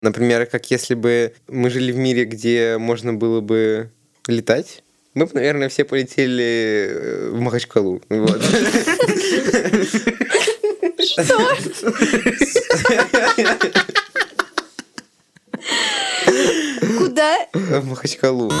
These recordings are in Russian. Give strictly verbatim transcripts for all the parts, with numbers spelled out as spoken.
Например, как если бы мы жили в мире, где можно было бы летать, мы бы, наверное, все полетели в Махачкалу. Вот. Что? Куда? В Махачкалу.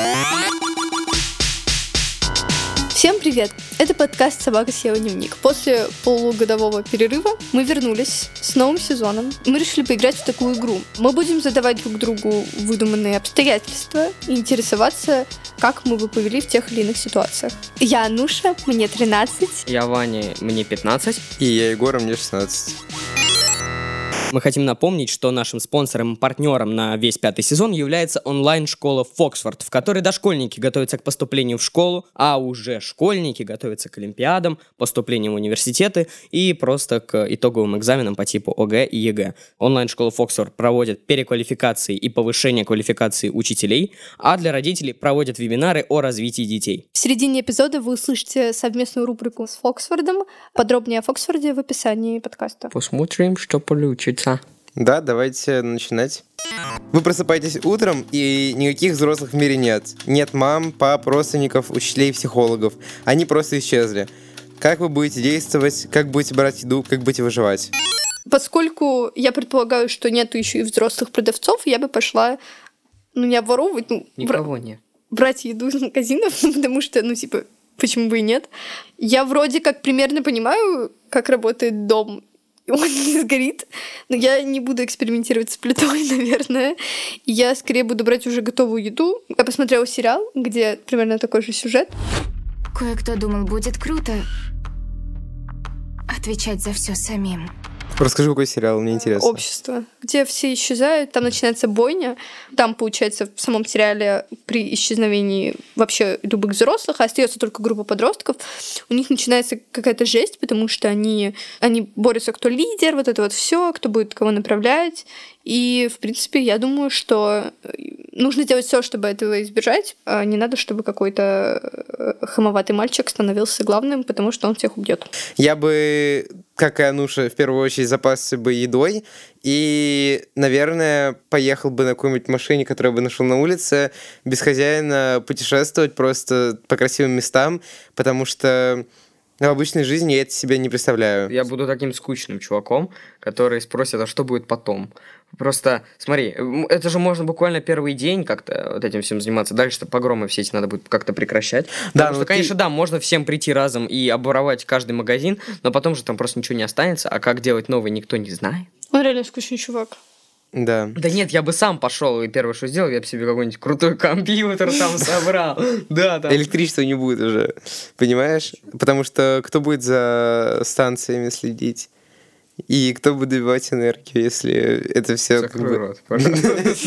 Всем привет! Это подкаст «Собака съела дневник». После полугодового перерыва мы вернулись с новым сезоном. Мы решили поиграть в такую игру. Мы будем задавать друг другу выдуманные обстоятельства и интересоваться, как мы бы повели в тех или иных ситуациях. Я Ануша, мне тринадцать. Я Ваня, мне пятнадцать. И я Егор, мне шестнадцать. Мы хотим напомнить, что нашим спонсором и партнером на весь пятый сезон является онлайн-школа Фоксфорд, в которой дошкольники готовятся к поступлению в школу, а уже школьники готовятся к олимпиадам, поступлению в университеты и просто к итоговым экзаменам по типу ОГЭ и ЕГЭ. Онлайн-школа Фоксфорд проводит переквалификации и повышение квалификации учителей, а для родителей проводят вебинары о развитии детей. В середине эпизода вы услышите совместную рубрику с Фоксфордом. Подробнее о Фоксфорде в описании подкаста. Посмотрим, что получится. Да, давайте начинать. Вы просыпаетесь утром, и никаких взрослых в мире нет. Нет мам, пап, родственников, учителей, психологов. Они просто исчезли. Как вы будете действовать? Как будете брать еду? Как будете выживать? Поскольку я предполагаю, что нету еще и взрослых продавцов, я бы пошла, ну, не обворовывать, ну, Никого бра- нет. брать еду из магазинов, потому что, ну, типа, почему бы и нет. Я вроде как примерно понимаю, как работает дом, он не сгорит, но я не буду экспериментировать с плитой, наверное. Я скорее буду брать уже готовую еду. Я посмотрела сериал, где примерно такой же сюжет. Кое-кто думал, будет круто отвечать за все самим. Расскажи, какой сериал, мне интересно. «Общество», где все исчезают, там начинается бойня. Там, получается, в самом сериале при исчезновении вообще любых взрослых остается только группа подростков. У них начинается какая-то жесть, потому что они, они борются, кто лидер, вот это вот все, кто будет кого направлять. И, в принципе, я думаю, что нужно делать все, чтобы этого избежать. А не надо, чтобы какой-то хамоватый мальчик становился главным, потому что он всех убьет. Я бы, как и Ануша, в первую очередь запасся бы едой и, наверное, поехал бы на какой-нибудь машине, которую бы нашел на улице, без хозяина путешествовать просто по красивым местам, потому что в обычной жизни я это себе не представляю. Я буду таким скучным чуваком, который спросит, а что будет потом? Просто, смотри, это же можно буквально первый день как-то вот этим всем заниматься. Дальше-то погромы все эти надо будет как-то прекращать. Да, Потому что, конечно, ты... да, можно всем прийти разом и обворовать каждый магазин, но потом же там просто ничего не останется, а как делать новый, никто не знает. Он реально скучный чувак. Да. Да нет, я бы сам пошел и первое, что сделал, я бы себе какой-нибудь крутой компьютер там собрал. Да, там. Электричества не будет уже, понимаешь? Потому что кто будет за станциями следить? И кто будет добивать энергию, если это все... Закрой рот, пожалуйста.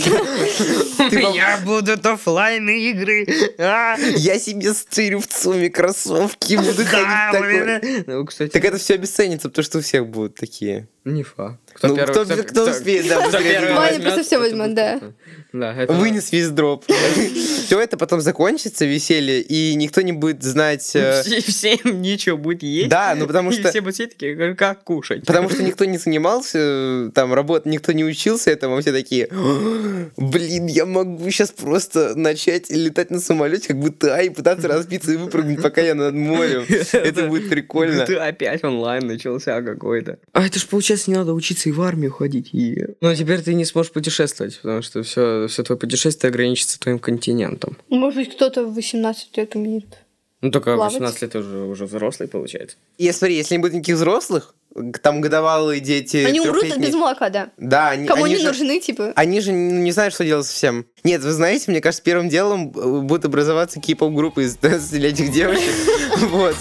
Я буду оффлайн игры. Я себе стырю в ЦУМе кроссовки, буду ходить такой. Так это все обесценится, потому что у всех будут такие. Не факт. Кто ну, первый, кто, кто, кто успеет, да, быстрее. Ваня просто все возьмет, да. да это... Вынес весь дроп. Все это потом закончится, веселье, и никто не будет знать... Всем нечего будет есть. Да, ну потому что... И все будут сидеть такие, как кушать. Потому что никто не занимался, там, работ, никто не учился этому, все такие, блин, я могу сейчас просто начать летать на самолете, как будто и пытаться разбиться и выпрыгнуть, пока я над морем. Это будет прикольно. Ты опять онлайн начался какой-то. А это ж, получается, не надо учиться и в армию ходить. И... Ну, теперь ты не сможешь путешествовать, потому что все, все твое путешествие ограничится твоим континентом. Может быть, кто-то в восемнадцать лет умеет. Ну, только плавать. восемнадцать лет уже, уже взрослый, получается. И смотри, если не будет никаких взрослых, там годовалые дети... Они умрут без молока, да. Да, они, Кому они они же, нужны, типа? Они же не знают, что делать совсем. Нет, вы знаете, мне кажется, первым делом будут образоваться кей-поп-группы из двенадцатилетних девочек. Вот.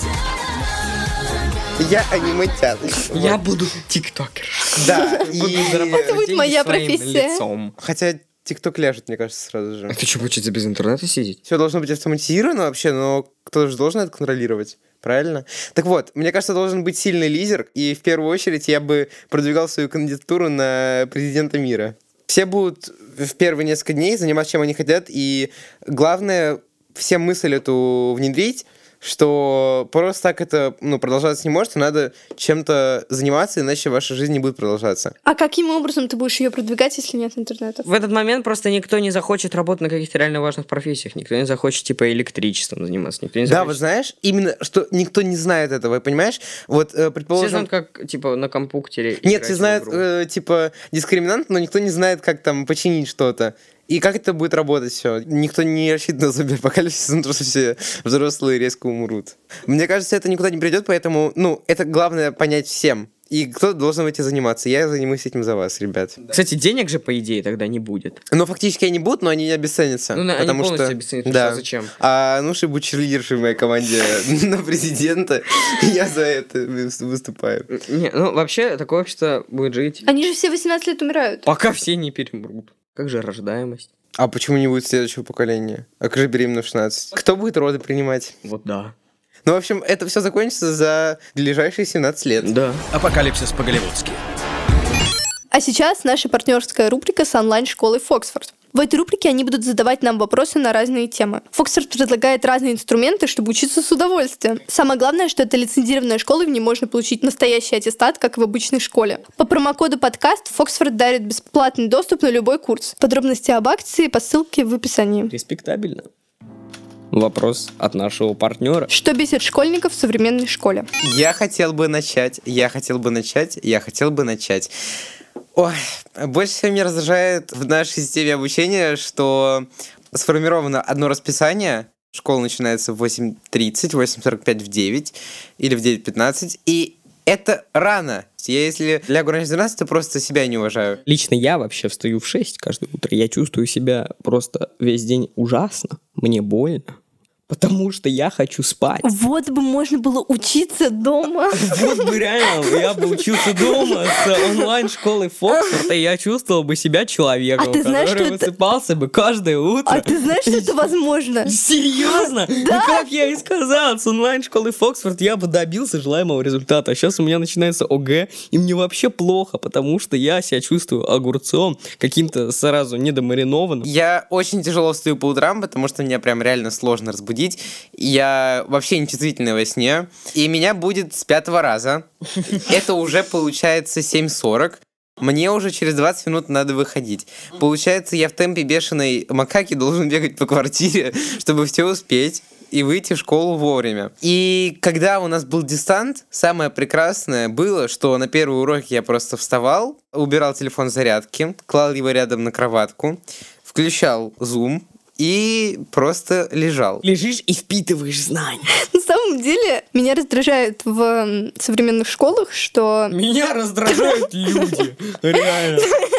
Я аниметян. Я буду тиктокер. Да. Это будет моя профессия. Хотя... ТикТок ляжет, мне кажется, сразу же. А ты что, хочется без интернета сидеть? Все должно быть автоматизировано вообще, но кто-то же должен это контролировать, правильно? Так вот, мне кажется, должен быть сильный лидер, и в первую очередь я бы продвигал свою кандидатуру на президента мира. Все будут в первые несколько дней заниматься, чем они хотят, и главное, всем мысль эту внедрить, что просто так это ну, продолжаться не может, и надо чем-то заниматься, иначе ваша жизнь не будет продолжаться. А каким образом ты будешь ее продвигать, если нет интернета? В этот момент просто никто не захочет работать на каких-то реально важных профессиях, никто не захочет, типа, электричеством заниматься, никто не Да, захочет... вот знаешь, именно, что никто не знает этого, понимаешь? Вот, э, предположим... Все знают, как, типа, на компьютере Нет, все знают, э, типа, дискриминант, но никто не знает, как там починить что-то. И как это будет работать все? Никто не рассчитывает на зомби-апокалипсис, на то, что все взрослые резко умрут. Мне кажется, это никуда не придет, поэтому, ну, это главное понять всем. И кто должен этим заниматься? Я займусь этим за вас, ребят. Кстати, денег же, по идее, тогда не будет. Ну, фактически они будут, но они не обесценятся. Ну, потому они полностью что... обесценятся. Да. Что, зачем? А Ануша будет черлидершей в моей команде на президента. Я за это выступаю. Не, ну, вообще, такое общество будет жить... Они же все восемнадцать лет умирают. Пока все не перемрут. Как же рождаемость? А почему не будет следующего поколения? А как же беременна в шестнадцать? Кто будет роды принимать? Вот да. Ну, в общем, это все закончится за ближайшие семнадцать лет. Да. Апокалипсис по-голливудски. А сейчас наша партнерская рубрика с онлайн-школой Фоксфорд. В этой рубрике они будут задавать нам вопросы на разные темы. Фоксфорд предлагает разные инструменты, чтобы учиться с удовольствием. Самое главное, что это лицензированная школа, и в ней можно получить настоящий аттестат, как в обычной школе. По промокоду подкаст Фоксфорд дарит бесплатный доступ на любой курс. Подробности об акции по ссылке в описании. Респектабельно. Вопрос от нашего партнера. Что бесит школьников в современной школе? Я хотел бы начать, я хотел бы начать, я хотел бы начать. Ой, больше всего меня раздражает в нашей системе обучения, что сформировано одно расписание. Школа начинается в восемь тридцать, восемь сорок пять в девять или в девять пятнадцать, и это рано. Я если лягу раньше двенадцати, то просто себя не уважаю. Лично я вообще встаю в шесть каждое утро. Я чувствую себя просто весь день ужасно. Мне больно. Потому что я хочу спать. Вот бы можно было учиться дома. Вот бы реально, я бы учился дома с онлайн-школой Фоксфорда, и я чувствовал бы себя человеком, А ты знаешь, который что это- высыпался бы каждое утро. А ты знаешь, что это возможно? Серьезно? Ну, как я и сказал, с онлайн-школой Фоксфорд я бы добился желаемого результата. А сейчас у меня начинается ОГЭ, и мне вообще плохо, потому что я себя чувствую огурцом, каким-то сразу недомаринованным. Я очень тяжело встаю по утрам, потому что меня прям реально сложно разбудить. Я вообще не чувствительный во сне. И меня будет с пятого раза. Это уже получается семь сорок. Мне уже через двадцать минут надо выходить. Получается, я в темпе бешеной макаки должен бегать по квартире, чтобы все успеть и выйти в школу вовремя. И когда у нас был дистант, самое прекрасное было, что на первый урок я просто вставал, убирал телефон с зарядки, клал его рядом на кроватку, включал Zoom и просто лежал. Лежишь и впитываешь знания. На самом деле, меня раздражает в м, современных школах, что Меня раздражают люди. Реально.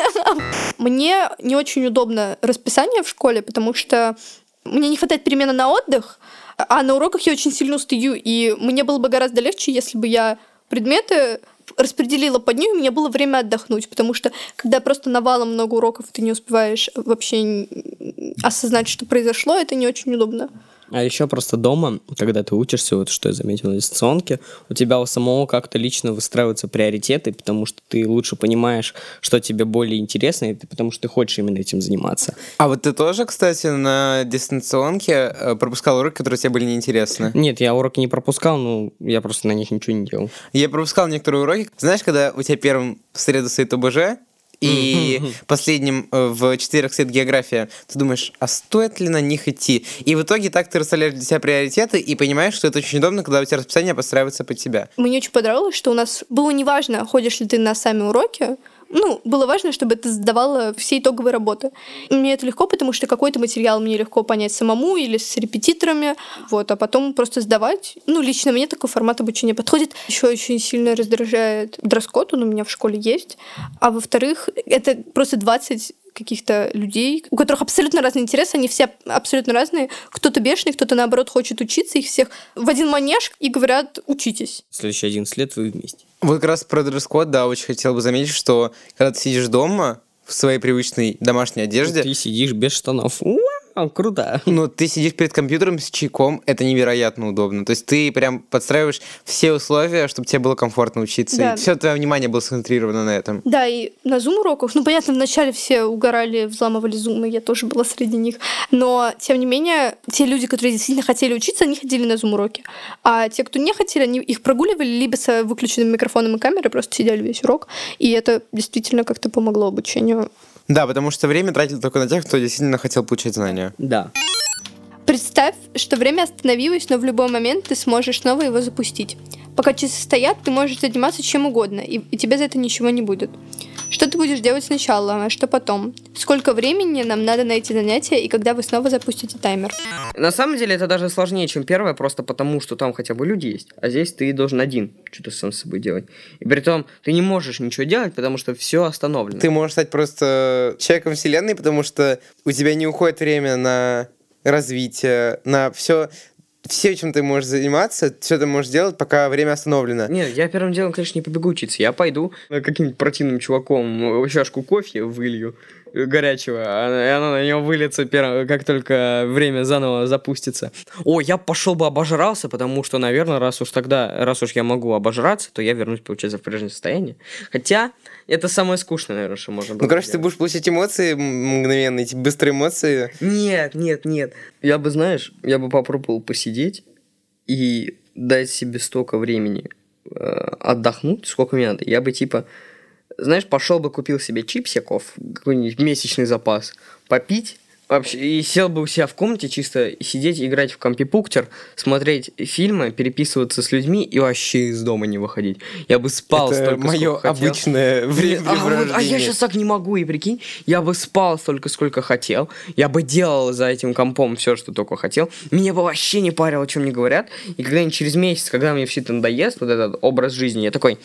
мне не очень удобно расписание в школе, потому что мне не хватает перемены на отдых, а на уроках я очень сильно устаю, и мне было бы гораздо легче, если бы я предметы распределила по дню, и у меня было время отдохнуть, потому что когда просто навалом много уроков, ты не успеваешь вообще осознать, что произошло, это не очень удобно. А еще просто дома, когда ты учишься, вот что я заметил на дистанционке, у тебя у самого как-то лично выстраиваются приоритеты, потому что ты лучше понимаешь, что тебе более интересно, и ты, потому что ты хочешь именно этим заниматься. А вот ты тоже, кстати, на дистанционке э, пропускал уроки, которые тебе были неинтересны? Нет, я уроки не пропускал, но я просто на них ничего не делал. Я пропускал некоторые уроки. Знаешь, когда у тебя первым в среду стоит ОБЖ, и последним э, в четверг стоит география, ты думаешь, а стоит ли на них идти? И в итоге так ты расставляешь для себя приоритеты и понимаешь, что это очень удобно, когда у тебя расписание подстраивается под тебя. Мне очень понравилось, что у нас было неважно, ходишь ли ты на сами уроки, ну, было важно, чтобы ты сдавала все итоговые работы. И мне это легко, потому что какой-то материал мне легко понять самому или с репетиторами, вот, а потом просто сдавать. Ну, лично мне такой формат обучения подходит. Еще очень сильно раздражает дресс-код, он у меня в школе есть. А во-вторых, это просто двадцать каких-то людей, у которых абсолютно разные интересы, они все абсолютно разные. Кто-то бешеный, кто-то, наоборот, хочет учиться, их всех в один манеж и говорят «учитесь». Следующие одиннадцать лет вы вместе. Вот как раз про дресс-код, да, очень хотел бы заметить, что когда ты сидишь дома в своей привычной домашней одежде, Ты сидишь без штанов. Уа! О, круто. Ну, ты сидишь перед компьютером с чайком, это невероятно удобно. То есть ты прям подстраиваешь все условия, чтобы тебе было комфортно учиться. Да. И все твое внимание было сконцентрировано на этом. Да, и на Zoom-уроках, ну, понятно, вначале все угорали, взламывали Zoom, и я тоже была среди них. Но, тем не менее, те люди, которые действительно хотели учиться, они ходили на Zoom-уроки. А те, кто не хотели, они их прогуливали либо с выключенным микрофоном и камерой, просто сидели весь урок. И это действительно как-то помогло обучению. Да, потому что время тратили только на тех, кто действительно хотел получать знания. Да. Представь, что время остановилось, но в любой момент ты сможешь снова его запустить. Пока часы стоят, ты можешь заниматься чем угодно, и, и тебе за это ничего не будет. Что ты будешь делать сначала, а что потом? Сколько времени нам надо на эти занятия, и когда вы снова запустите таймер? На самом деле это даже сложнее, чем первое, просто потому, что там хотя бы люди есть, а здесь ты должен один что-то сам с собой делать. И при том ты не можешь ничего делать, потому что все остановлено. Ты можешь стать просто человеком вселенной, потому что у тебя не уходит время на развитие, на все... Все, чем ты можешь заниматься, все ты можешь делать, пока время остановлено. Нет, я первым делом, конечно, не побегу учиться. Я пойду каким-нибудь противным чуваком чашку кофе вылью горячего, и оно на него выльется, как только время заново запустится. О, я пошел бы обожрался, потому что, наверное, раз уж тогда, раз уж я могу обожраться, то я вернусь, получается, в прежнее состояние. Хотя, это самое скучное, наверное, что можно было Ну, короче, сделать. ты будешь получать эмоции мгновенные, эти быстрые эмоции. Нет, нет, нет. Я бы, знаешь, я бы попробовал посидеть и дать себе столько времени э, отдохнуть, сколько мне надо. Я бы, типа, знаешь, пошел бы, купил себе чипсиков, какой-нибудь месячный запас, попить, вообще, и сел бы у себя в комнате чисто сидеть, играть в компьютер, смотреть фильмы, переписываться с людьми и вообще из дома не выходить. Я бы спал Это столько, мое сколько хотел. обычное А, времяпрепровождение. вот, а я сейчас так не могу, и прикинь, я бы спал столько, сколько хотел, я бы делал за этим компом все, что только хотел, меня бы вообще не парило, о чем мне говорят, и когда-нибудь через месяц, когда мне все это надоест, вот этот образ жизни, я такой,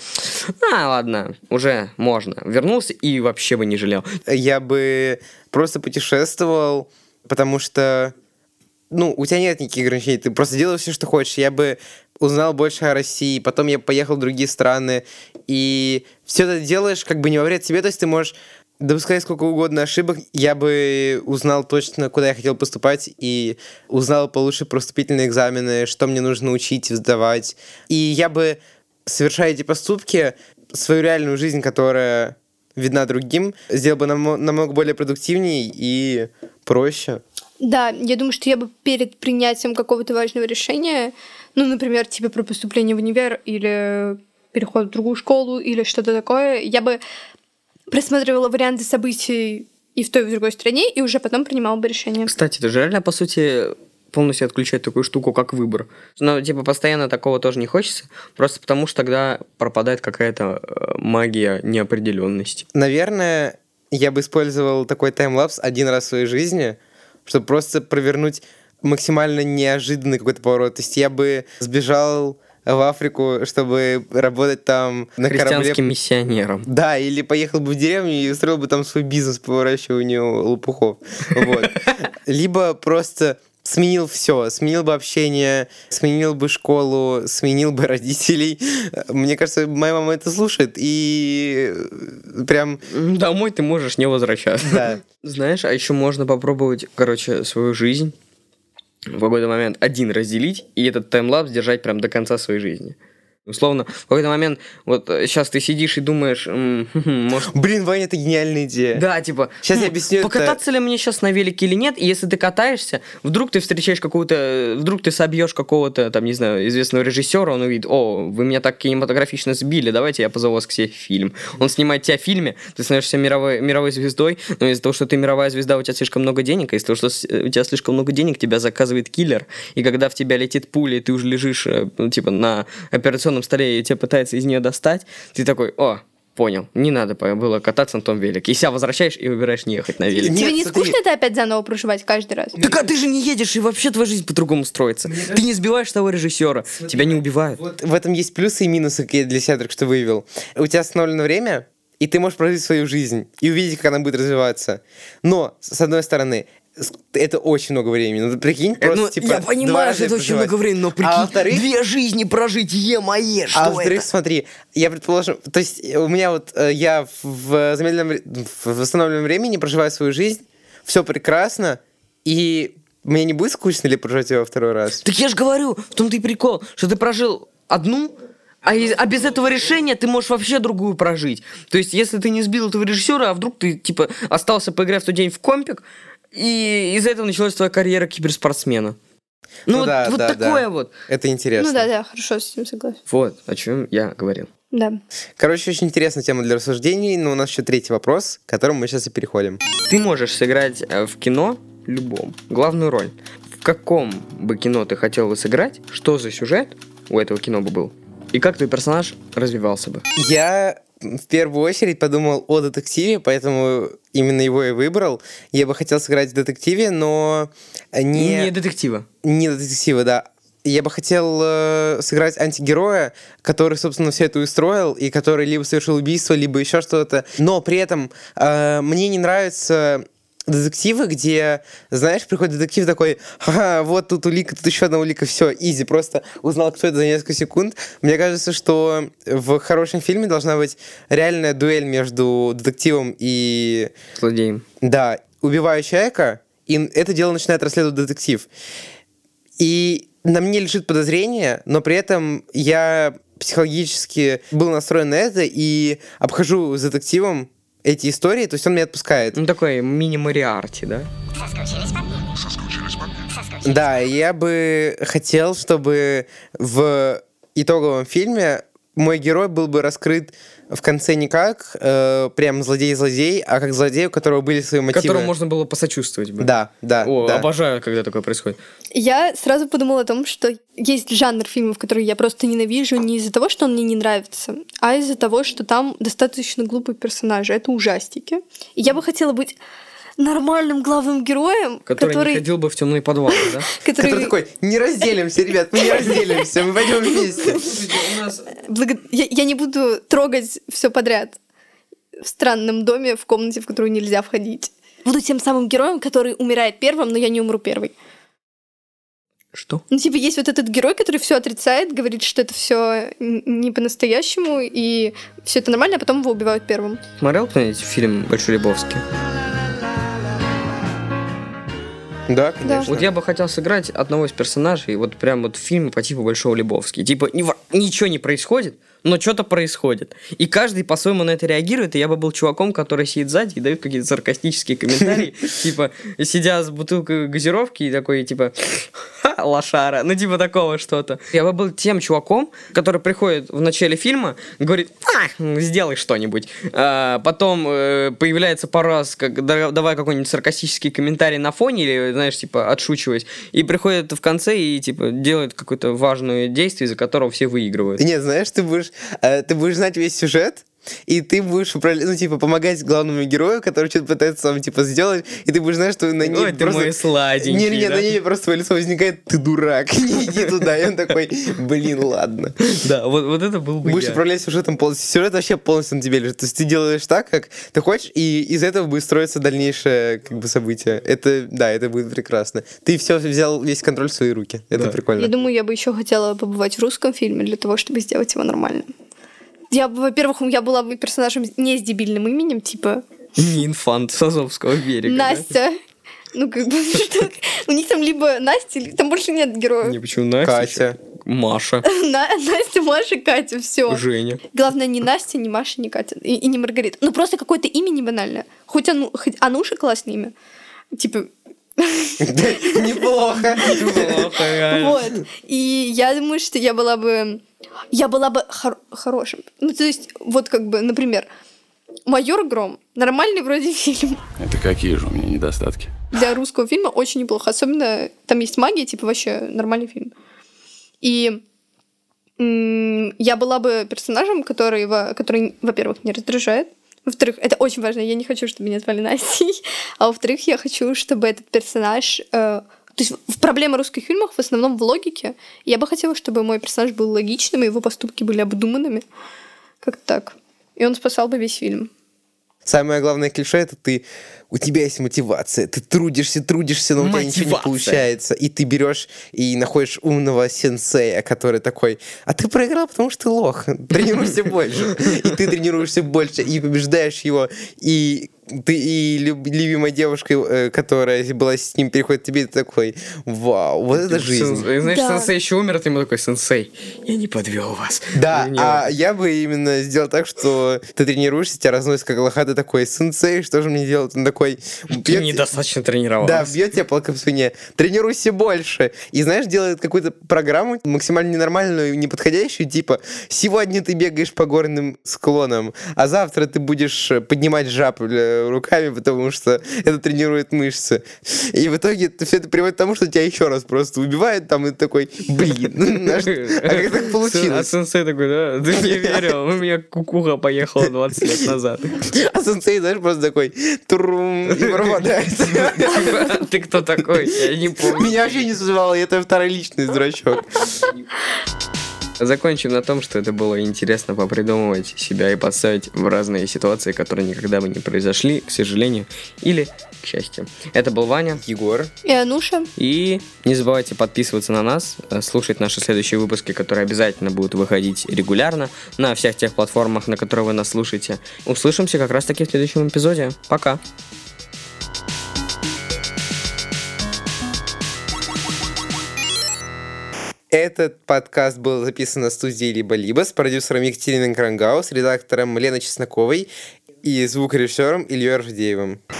а, ладно, уже можно, вернулся и вообще бы не жалел. Я бы просто путешествовал, потому что, ну, у тебя нет никаких ограничений, ты просто делаешь все, что хочешь. Я бы узнал больше о России, потом я поехал в другие страны, и все это делаешь как бы не во вред себе, то есть ты можешь допускать сколько угодно ошибок. Я бы узнал точно, куда я хотел поступать, и узнал получше про вступительные экзамены, что мне нужно учить, сдавать. И я бы, совершая эти поступки, свою реальную жизнь, которая видна другим, сделал бы намо- намного более продуктивнее и проще. Да, я думаю, что я бы перед принятием какого-то важного решения, ну, например, типа про поступление в универ или переход в другую школу или что-то такое, я бы просматривала варианты событий и в той, и в другой стране, и уже потом принимала бы решение. Кстати, это же реально, по сути, полностью отключать такую штуку, как выбор. Но, типа, постоянно такого тоже не хочется, просто потому что тогда пропадает какая-то э, магия неопределенности. Наверное, я бы использовал такой таймлапс один раз в своей жизни, чтобы просто провернуть максимально неожиданный какой-то поворот. То есть я бы сбежал в Африку, чтобы работать там на корабле. Христианским миссионером. Да, или поехал бы в деревню и устроил бы там свой бизнес по выращиванию лопухов. Вот. Либо просто сменил все, сменил бы общение, сменил бы школу, сменил бы родителей. Мне кажется, моя мама это слушает, и прям... Домой ты можешь не возвращаться. Да. Знаешь, а еще можно попробовать, короче, свою жизнь в какой-то момент один разделить и этот таймлапс держать прям до конца своей жизни. Условно, в какой-то момент, вот сейчас ты сидишь и думаешь, м- может... Блин, Ваня, это гениальная идея. Да, типа, Сейчас я м, объясню это. покататься ли мне сейчас на велике или нет, и если ты катаешься, вдруг ты встречаешь какого-то, вдруг ты собьешь какого-то, там, не знаю, известного режиссера, он увидит, о, вы меня так кинематографично сбили, давайте я позову вас к себе в фильм. Он снимает тебя в фильме, ты становишься мировой, мировой звездой, но из-за того, что ты мировая звезда, у тебя слишком много денег, а из-за того, что с- у тебя слишком много денег, тебя заказывает киллер, и когда в тебя летит пуля, и ты уже лежишь, э, ну, типа, на операционном столе, и тебя пытаются из нее достать, ты такой, о, понял, не надо было кататься на том велике. И себя возвращаешь и выбираешь не ехать на велике. Нет, Тебе не смотри. скучно это опять заново проживать каждый раз? Так а ты же не едешь, и вообще твоя жизнь по-другому строится. Ты не сбиваешь того режиссера, тебя не убивают. Вот в этом есть плюсы и минусы, какие я для себя только что вывел. У тебя остановлено время, и ты можешь прожить свою жизнь и увидеть, как она будет развиваться. Но, с одной стороны, с- это очень много времени. Ну, ты прикинь, просто, Ну, типа, я два понимаю, раза что это очень проживать. много времени, но прикинь, А во-вторых, две жизни прожить, е-мое, что а во-вторых, это? смотри, я предположим, то есть у меня вот, э, я в замедленном, вре- в восстановленном времени проживаю свою жизнь, все прекрасно, И мне не будет скучно ли прожить его второй раз? Так я же говорю, в том-то и прикол, что ты прожил одну, а, из, а без этого решения ты можешь вообще другую прожить. То есть, если ты не сбил этого режиссера, а вдруг ты, типа, остался поиграть в тот день в компик, и из-за этого началась твоя карьера киберспортсмена. Ну, Ну вот, да, вот да, такое да. вот. Это интересно. Ну да, да, хорошо, с этим согласен. Вот, о чем я говорил. Да. Короче, очень интересная тема для рассуждений, но у нас еще третий вопрос, к которому мы сейчас и переходим. Ты можешь сыграть э, в кино любом главную роль. В каком бы кино ты хотел бы сыграть, что за сюжет у этого кино бы был, и как твой персонаж развивался бы? Я в первую очередь подумал о детективе, поэтому именно его и выбрал. Я бы хотел сыграть в детективе, но не... Не детектива. Не детектива, да. Я бы хотел э, сыграть антигероя, который, собственно, все это устроил, и который либо совершил убийство, либо еще что-то. Но при этом э, мне не нравятся детективы, где, знаешь, приходит детектив такой: ага, вот тут улика, тут еще одна улика, все, изи, просто узнал, кто это за несколько секунд. Мне кажется, что в хорошем фильме должна быть реальная дуэль между детективом и... Злодеем. Да, убиваю человека, и это дело начинает расследовать детектив. И на мне лежит подозрение, но при этом я психологически был настроен на это и обхожу с детективом эти истории, то есть он меня отпускает. Ну, такой мини-Мориарти, да? Да, я бы хотел, чтобы в итоговом фильме мой герой был бы раскрыт в конце не как э, прям злодей-злодей, а как злодей, у которого были свои мотивы. Которому можно было посочувствовать бы. Да, да, О, да. обожаю, когда такое происходит. Я сразу подумала о том, что есть жанр фильмов, которые я просто ненавижу не из-за того, что он мне не нравится, а из-за того, что там достаточно глупые персонажи. Это ужастики. И я бы хотела быть нормальным главным героем, Который, который... не ходил бы в темные подвалы, да? который... Который такой: не разделимся, ребят, мы не разделимся, мы пойдем вместе. У нас... Благо- Я, я не буду трогать все подряд в странном доме, в комнате, в которую нельзя входить. Буду тем самым героем, который умирает первым, но я не умру первый. Что? Ну, типа, есть вот этот герой, который все отрицает, говорит, что это все не по-настоящему, и все это нормально, а потом его убивают первым. Смотрел кто-нибудь фильм «Большой Лебовский»? Да, конечно. Вот я бы хотел сыграть одного из персонажей, вот прям вот в фильме по типу «Большого Лебовский». Типа ни- ничего не происходит, но что-то происходит. И каждый по-своему на это реагирует, и я бы был чуваком, который сидит сзади и дает какие-то саркастические комментарии, типа, сидя с бутылкой газировки и такой, типа, ха, лошара, ну типа такого что-то. Я бы был тем чуваком, который приходит в начале фильма, говорит: а, сделай что-нибудь. А, потом э, появляется пару раз, как, да- давай какой-нибудь саркастический комментарий на фоне, или, знаешь, типа, отшучиваясь, и приходит в конце и, типа, делает какое-то важное действие, из-за которого все выигрывают. Нет, знаешь, ты будешь, э, ты будешь знать весь сюжет, и ты будешь, управля- ну, типа, помогать главному герою, который что-то пытается сам, типа, сделать, и ты будешь знать, что на ней Ой, ты просто... мой сладенький, Не-не, да? на ней просто твое лицо возникает: ты дурак, не иди туда. И он такой: блин, ладно. Да, вот, вот это был бы Будешь я. управлять сюжетом полностью. Сюжет вообще полностью на тебе лежит. То есть ты делаешь так, как ты хочешь, и из этого будет строиться дальнейшее, как бы, событие. Это, да, это будет прекрасно. Ты все взял, весь контроль в свои руки. Это Да. прикольно. Я думаю, я бы еще хотела побывать в русском фильме для того, чтобы сделать его нормальным. Я бы, во-первых, я была бы персонажем не с дебильным именем, типа Не инфант с Азовского берега. да? Настя. Ну, как бы, что- у них там либо Настя, или там больше нет Не, героев. почему Настя? Катя. еще? Маша. На- Настя, Маша, Катя, все. Женя. Главное, не Настя, не Маша, не Катя. И, и не Маргарита. Ну, просто какое-то имя не банальное. Хоть, Ану, хоть Ануша классное имя. Типа, Неплохо. Плохо, реально. вот. И я думаю, что я была бы... Я была бы хор- хорошим. Ну, то есть, вот как бы, например, «Майор Гром». Нормальный вроде фильм. Это какие же у меня недостатки? Для русского фильма очень неплохо. Особенно там есть магия, типа вообще нормальный фильм. И м, я была бы персонажем, который, во- который, во-первых, не раздражает. Во-вторых, это очень важно, я не хочу, чтобы меня звали Настей. А во-вторых, я хочу, чтобы этот персонаж... э, то есть в- проблема русских фильмов в основном в логике. Я бы хотела, чтобы мой персонаж был логичным, и его поступки были обдуманными. Как-то так. И он спасал бы весь фильм. Самое главное клише — это ты, у тебя есть мотивация, ты трудишься, трудишься, но у тебя ничего не Мотивация. получается, и ты берешь и находишь умного сенсея, который такой: а ты проиграл, потому что ты лох, тренируйся больше, и ты тренируешься больше, и побеждаешь его, и ты и люб- любимая девушка, э, которая была с ним, переходит к тебе, и ты такой, вау, вот это жизнь. Сэн- Знаешь, Да. сенсей еще умер, ты ему такой, сенсей, я не подвел вас. Да, Я не- а я бы именно сделал так, что ты тренируешься, тебя разносит как лоха, ты такой, сенсей, что же мне делать? Он такой, Ты бьет- недостаточно Да, тренировался. бьет тебя палкой в спине. Тренируйся больше. И знаешь, делает какую-то программу максимально ненормальную, неподходящую, типа, сегодня ты бегаешь по горным склонам, а завтра ты будешь поднимать жаб э, руками, потому что это тренирует мышцы. И в итоге все это приводит к тому, что тебя еще раз просто убивают там, и ты такой, блин, а как так А получилось? сенсей такой, да, ты мне верил, у меня кукуха поехала двадцать лет назад. А сенсей, знаешь, просто такой, трум, и пропадает. Ты кто такой? Я не помню. Меня вообще не звало, это второличный дурачок. Закончим на том, что это было интересно попридумывать себя и поставить в разные ситуации, которые никогда бы не произошли, к сожалению, или к счастью. Это был Ваня. Егор. И Ануша. И не забывайте подписываться на нас, э, слушать наши следующие выпуски, которые обязательно будут выходить регулярно на всех тех платформах, на которых вы нас слушаете. Услышимся как раз-таки в следующем эпизоде. Пока! Этот подкаст был записан на студии «Либо-либо» с продюсером Екатериной Крангаус, редактором Леной Чесноковой и звукорежиссером Ильей Рждеевым.